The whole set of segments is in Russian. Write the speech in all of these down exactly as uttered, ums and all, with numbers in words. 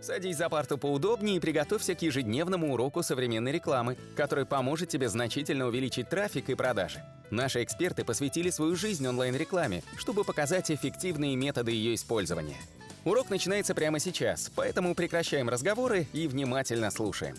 Садись за парту поудобнее и приготовься к ежедневному уроку современной рекламы, который поможет тебе значительно увеличить трафик и продажи. Наши эксперты посвятили свою жизнь онлайн-рекламе, чтобы показать эффективные методы ее использования. Урок начинается прямо сейчас, поэтому прекращаем разговоры и внимательно слушаем.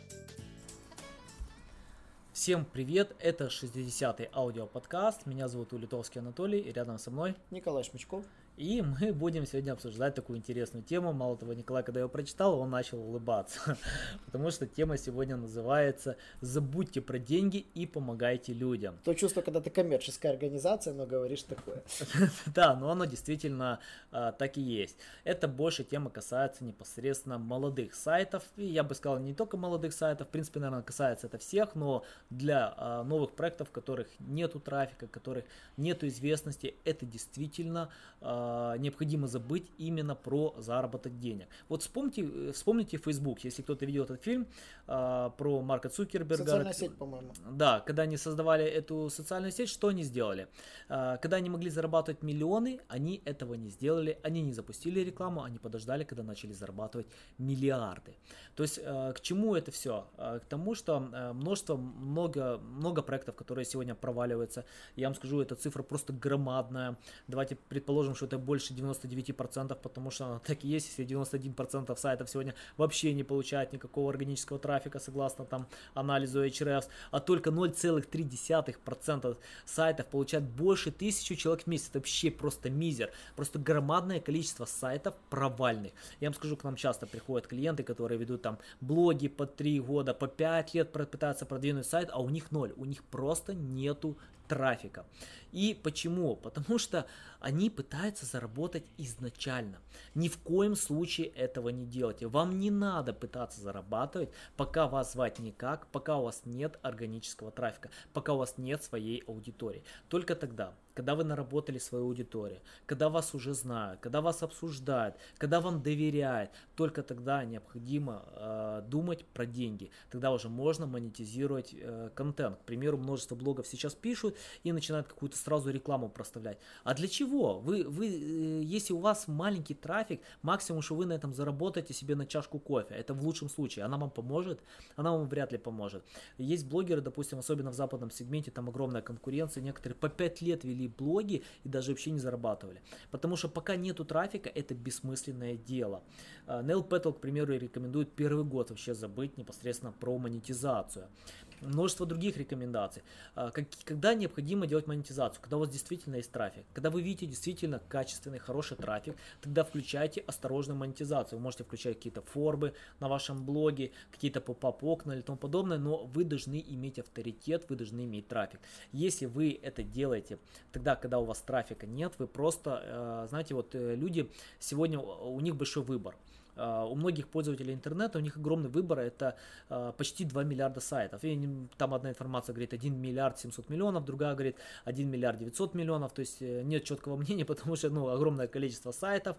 Всем привет, это шестидесятый аудиоподкаст, меня зовут Улитовский Анатолий, и рядом со мной Николай Шмычков. И мы будем сегодня обсуждать такую интересную тему. Мало того, Николай, когда я его прочитал, он начал улыбаться, потому что тема сегодня называется «Забудьте про деньги и помогайте людям». То чувство, когда ты коммерческая организация, но говоришь такое. Да, но оно действительно а, так и есть. Это больше тема касается непосредственно молодых сайтов, и я бы сказал, не только молодых сайтов, в принципе, наверное, касается это всех, но для а, новых проектов, в которых нету трафика, в которых нету известности, это действительно а, необходимо забыть именно про заработок денег. Вот вспомните, вспомните Facebook, если кто-то видел этот фильм а, про Марка Цукерберга. Социальная сеть, по-моему. Да, когда они создавали эту социальную сеть, что они сделали? А, когда они могли зарабатывать миллионы, они этого не сделали, они не запустили рекламу, они подождали, когда начали зарабатывать миллиарды. То есть а, к чему это все? А, к тому, что а, множество, много, много проектов, которые сегодня проваливаются. Я вам скажу, эта цифра просто громадная. Давайте предположим, что это больше девяносто девять процентов, потому что так и есть, если девяносто один процент сайтов сегодня вообще не получают никакого органического трафика, согласно там анализу эйч ар эс, а только ноль целых три десятых процента сайтов получают больше тысячи человек в месяц. Это вообще просто мизер. Просто громадное количество сайтов провальных. Я вам скажу, к нам часто приходят клиенты, которые ведут там блоги по три года, по пять лет пытаются продвинуть сайт, а у них ноль. У них просто нету трафика. И почему? Потому что они пытаются заработать изначально. Ни в коем случае этого не делайте. Вам не надо пытаться зарабатывать, пока вас звать никак, пока у вас нет органического трафика, пока у вас нет своей аудитории. Только тогда, когда вы наработали свою аудиторию, когда вас уже знают, когда вас обсуждают, когда вам доверяют, только тогда необходимо э, думать про деньги. Тогда уже можно монетизировать э, контент. К примеру, множество блогов сейчас пишут и начинают какую-то сразу рекламу проставлять. А для чего? Вы, вы, э, если у вас маленький трафик, максимум, что вы на этом заработаете себе на чашку кофе. Это в лучшем случае. Она вам поможет? Она вам вряд ли поможет. Есть блогеры, допустим, особенно в западном сегменте, там огромная конкуренция. Некоторые по пять лет вели блоги и даже вообще не зарабатывали. Потому что пока нету трафика, это бессмысленное дело. Нейл Пэттл, к примеру, рекомендует первый год вообще забыть непосредственно про монетизацию. Множество других рекомендаций. Когда необходимо делать монетизацию? Когда у вас действительно есть трафик. Когда вы видите действительно качественный, хороший трафик, тогда включайте осторожную монетизацию. Вы можете включать какие-то формы на вашем блоге, какие-то поп-ап окна или тому подобное, но вы должны иметь авторитет, вы должны иметь трафик. Если вы это делаете тогда, когда у вас трафика нет, вы просто, знаете, вот люди сегодня, у них большой выбор. У многих пользователей интернета, у них огромный выбор, это почти два миллиарда сайтов. И там одна информация говорит один миллиард семьсот миллионов, другая говорит один миллиард девятьсот миллионов. То есть нет четкого мнения, потому что ну, огромное количество сайтов.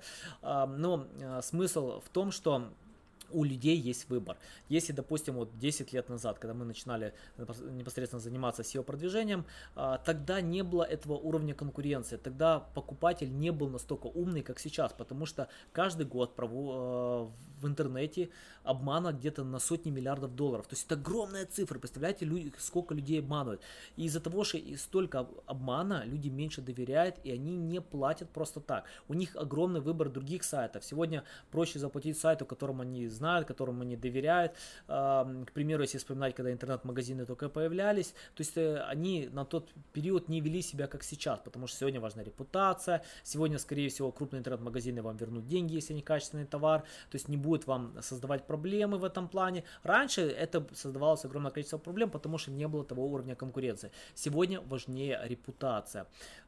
Но смысл в том, что у людей есть выбор. Если, допустим, вот десять лет назад, когда мы начинали непосредственно заниматься сео-продвижением, тогда не было этого уровня конкуренции, тогда покупатель не был настолько умный, как сейчас, потому что каждый год в интернете обмана где-то на сотни миллиардов долларов. То есть это огромная цифра, представляете, люди, сколько людей обманывают. И из-за того, что столько обмана, люди меньше доверяют, и они не платят просто так. У них огромный выбор других сайтов. Сегодня проще заплатить сайту, которому они знают, которому они доверяют. К примеру, если вспоминать, когда интернет-магазины только появлялись, то есть они на тот период не вели себя как сейчас, потому что сегодня важна репутация, сегодня, скорее всего, крупные интернет-магазины вам вернут деньги, если не качественный товар, то есть не будет вам создавать проблемы в этом плане. Раньше это создавалось огромное количество проблем, потому что не было того уровня конкуренции. Сегодня важнее репутация,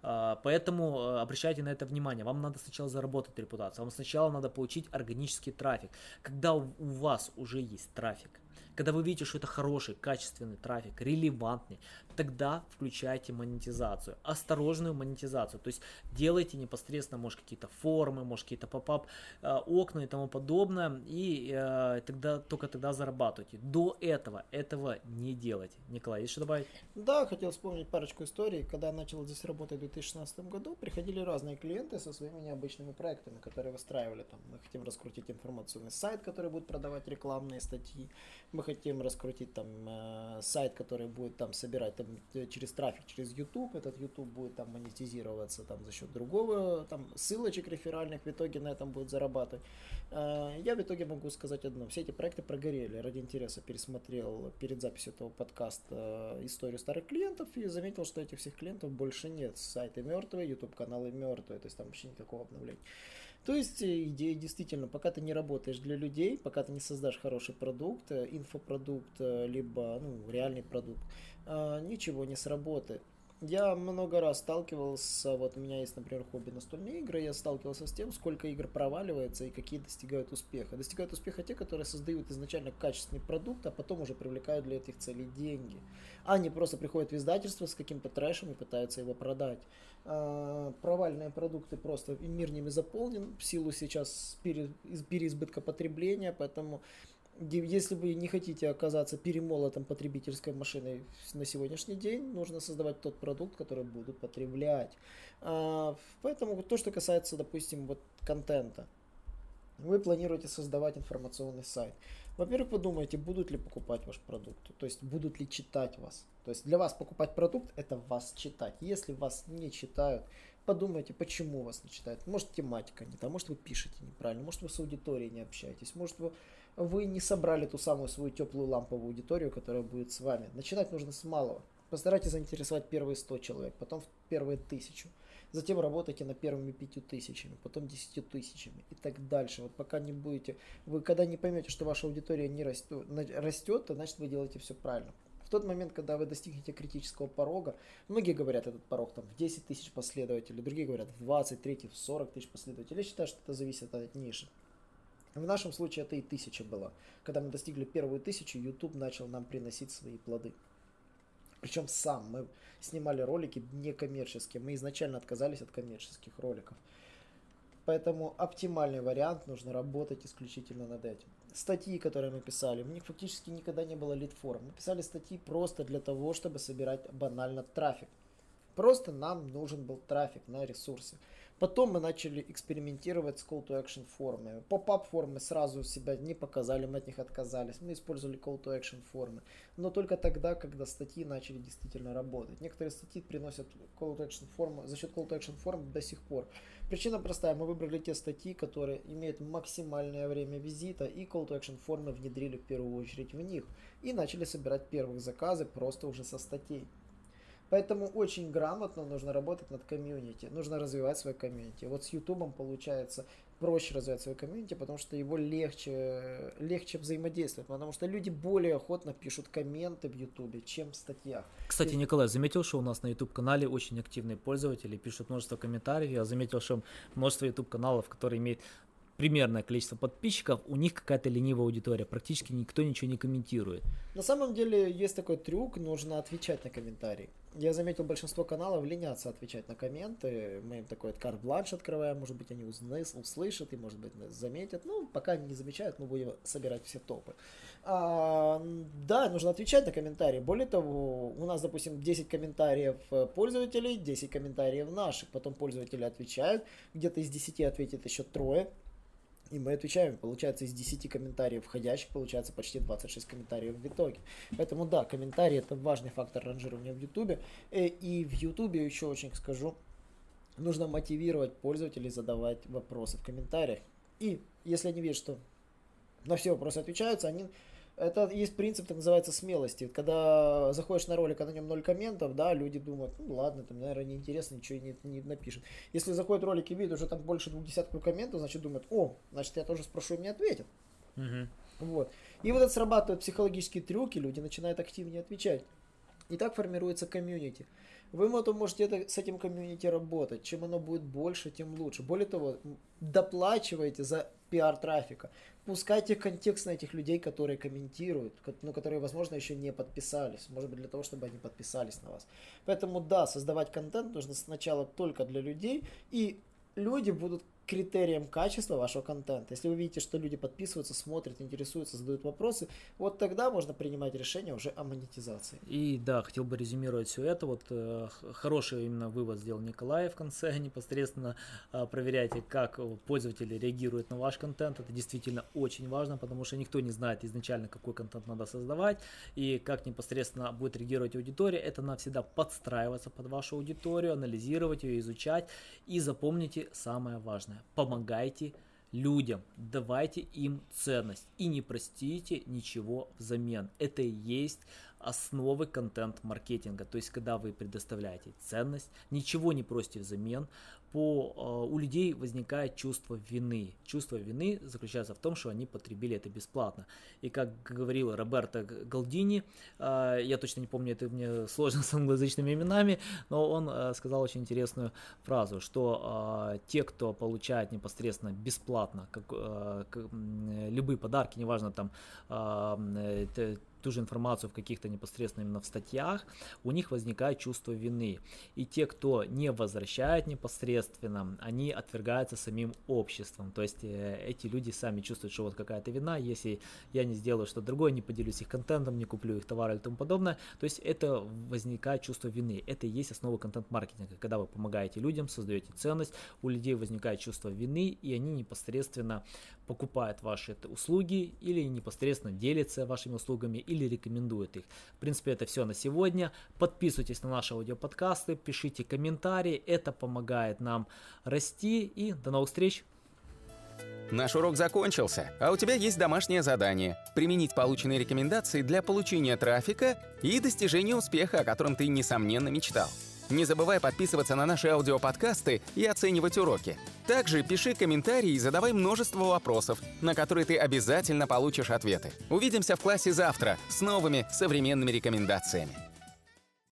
поэтому обращайте на это внимание. Вам надо сначала заработать репутацию, вам сначала надо получить органический трафик. Когда у вас уже есть трафик, Когда вы видите, что это хороший, качественный трафик, релевантный, тогда включайте монетизацию, осторожную монетизацию. То есть делайте непосредственно, может, какие-то формы, может, какие-то поп-ап э, окна и тому подобное, и э, тогда, только тогда зарабатывайте. До этого этого не делайте. Николай, есть что добавить? Да, хотел вспомнить парочку историй. Когда я начал здесь работать в две тысячи шестнадцатом году, приходили разные клиенты со своими необычными проектами, которые выстраивали. Там, мы хотим раскрутить информационный сайт, который будет продавать рекламные статьи. Мы хотим раскрутить там э, сайт, который будет там собирать там, через трафик, через YouTube. Этот YouTube будет там монетизироваться там, за счет другого там, ссылочек реферальных. В итоге на этом будет зарабатывать. Э, я в итоге могу сказать одно. Все эти проекты прогорели. Ради интереса пересмотрел перед записью этого подкаста э, историю старых клиентов и заметил, что этих всех клиентов больше нет. Сайты мертвые, YouTube-каналы мертвые. То есть там вообще никакого обновления. То есть идея действительно, пока ты не работаешь для людей, пока ты не создашь хороший продукт, инфопродукт, либо ну, реальный продукт, ничего не сработает. Я много раз сталкивался, вот у меня есть, например, хобби настольные игры, я сталкивался с тем, сколько игр проваливается и какие достигают успеха. Достигают успеха те, которые создают изначально качественный продукт, а потом уже привлекают для этих целей деньги. А не просто приходят в издательство с каким-то трэшем и пытаются его продать. А, провальные продукты просто мир ними заполнен в силу сейчас переизбытка потребления, поэтому если вы не хотите оказаться перемолотом потребительской машиной на сегодняшний день, нужно создавать тот продукт, который будут потреблять. А, поэтому то, что касается, допустим, вот контента. Вы планируете создавать информационный сайт. Во-первых, подумайте, будут ли покупать ваш продукт, то есть будут ли читать вас. То есть для вас покупать продукт – это вас читать. Если вас не читают, подумайте, почему вас не читают. Может, тематика не та, может, вы пишете неправильно, может, вы с аудиторией не общаетесь, может, вы, вы не собрали ту самую свою теплую ламповую аудиторию, которая будет с вами. Начинать нужно с малого. Постарайтесь заинтересовать первые сто человек, потом первые тысячу. Затем работайте над первыми пятью тысячами, потом десятью тысячами и так дальше. Вот пока не будете, вы когда не поймете, что ваша аудитория не растет, растет, то значит вы делаете все правильно. В тот момент, когда вы достигнете критического порога, многие говорят этот порог там в десять тысяч последователей, другие говорят в двадцать, третий в сорок тысяч последователей. Я считаю, что это зависит от ниши. В нашем случае это и тысяча была. Когда мы достигли первую тысячу, YouTube начал нам приносить свои плоды. Причем сам мы снимали ролики некоммерческие. Мы изначально отказались от коммерческих роликов. Поэтому оптимальный вариант, нужно работать исключительно над этим. Статьи, которые мы писали, в них фактически никогда не было лид-форм. Мы писали статьи просто для того, чтобы собирать банально трафик. Просто нам нужен был трафик на ресурсе. Потом мы начали экспериментировать с call to action формами. Поп-ап формы сразу себя не показали, мы от них отказались. Мы использовали call to action формы. Но только тогда, когда статьи начали действительно работать. Некоторые статьи приносят call to action формы, за счет call to action форм до сих пор. Причина простая. Мы выбрали те статьи, которые имеют максимальное время визита, и call to action формы внедрили в первую очередь в них. И начали собирать первые заказы просто уже со статей. Поэтому очень грамотно нужно работать над комьюнити, нужно развивать свое комьюнити. Вот с YouTube получается проще развивать свое комьюнити, потому что его легче, легче взаимодействовать, потому что люди более охотно пишут комменты в YouTube, чем в статьях. Кстати, Николай, заметил, что у нас на YouTube-канале очень активные пользователи, пишут множество комментариев. Я заметил, что множество YouTube-каналов, которые имеют примерное количество подписчиков, у них какая-то ленивая аудитория, практически никто ничего не комментирует. На самом деле есть такой трюк, нужно отвечать на комментарии. Я заметил, большинство каналов ленятся отвечать на комменты, мы им такой карт-бланш открываем, может быть они услышат и может быть заметят, ну пока они не замечают, мы будем собирать все топы. А, да, нужно отвечать на комментарии, более того, у нас, допустим, десять комментариев пользователей, десять комментариев наших, потом пользователи отвечают, где-то из десяти ответит еще трое. И мы отвечаем, получается, из десяти комментариев входящих, получается почти двадцать шесть комментариев в итоге. Поэтому да, комментарии это важный фактор ранжирования в YouTube. И в YouTube еще очень скажу, нужно мотивировать пользователей задавать вопросы в комментариях. И если они видят, что на все вопросы отвечаются, они... Это есть принцип, так называется, смелости. Когда заходишь на ролик, а на нем ноль комментов, да, люди думают, ну ладно, там, наверное, неинтересно, ничего не, не напишет. Если заходят ролики и видят уже там больше двух десятков комментов, значит думают, о, значит я тоже спрошу и мне ответят. Угу. Вот. И вот это срабатывают психологические трюки, люди начинают активнее отвечать. И так формируется комьюнити. Вы потом можете это, с этим комьюнити работать. Чем оно будет больше, тем лучше. Более того, доплачивайте за пиар трафика. Пускайте контекст на этих людей, которые комментируют, но которые, возможно, еще не подписались. Может быть, для того, чтобы они подписались на вас. Поэтому, да, создавать контент нужно сначала только для людей, и люди будут критерием качества вашего контента. Если вы видите, что люди подписываются, смотрят, интересуются, задают вопросы, вот тогда можно принимать решение уже о монетизации. И да, хотел бы резюмировать все это. Вот э, хороший именно вывод сделал Николай в конце. Непосредственно э, проверяйте, как пользователи реагируют на ваш контент. Это действительно очень важно, потому что никто не знает изначально, какой контент надо создавать и как непосредственно будет реагировать аудитория. Это надо всегда подстраиваться под вашу аудиторию, анализировать ее, изучать. И запомните самое важное. Помогайте людям, давайте им ценность и не простите ничего взамен. Это и есть основы контент-маркетинга. То есть, когда вы предоставляете ценность, ничего не просите взамен, по, у людей возникает чувство вины. Чувство вины заключается в том, что они потребили это бесплатно. И как говорил Роберто Галдини, я точно не помню, это мне сложно с англоязычными именами, но он сказал очень интересную фразу, что те, кто получает непосредственно бесплатно как, любые подарки, неважно там ту же информацию в каких-то непосредственно именно в статьях, у них возникает чувство вины. И те, кто не возвращает непосредственно, они отвергаются самим обществом. То есть э, эти люди сами чувствуют, что вот какая-то вина, если я не сделаю что-то другое, не поделюсь их контентом, не куплю их товары и тому подобное. То есть это возникает чувство вины. Это и есть основа контент-маркетинга. Когда вы помогаете людям, создаете ценность, у людей возникает чувство вины, и они непосредственно покупают ваши услуги или непосредственно делятся вашими услугами или рекомендуют их. В принципе, это все на сегодня. Подписывайтесь на наши аудиоподкасты, пишите комментарии. Это помогает нам расти. И до новых встреч! Наш урок закончился, а у тебя есть домашнее задание – применить полученные рекомендации для получения трафика и достижения успеха, о котором ты, несомненно, мечтал. Не забывай подписываться на наши аудиоподкасты и оценивать уроки. Также пиши комментарии и задавай множество вопросов, на которые ты обязательно получишь ответы. Увидимся в классе завтра с новыми современными рекомендациями.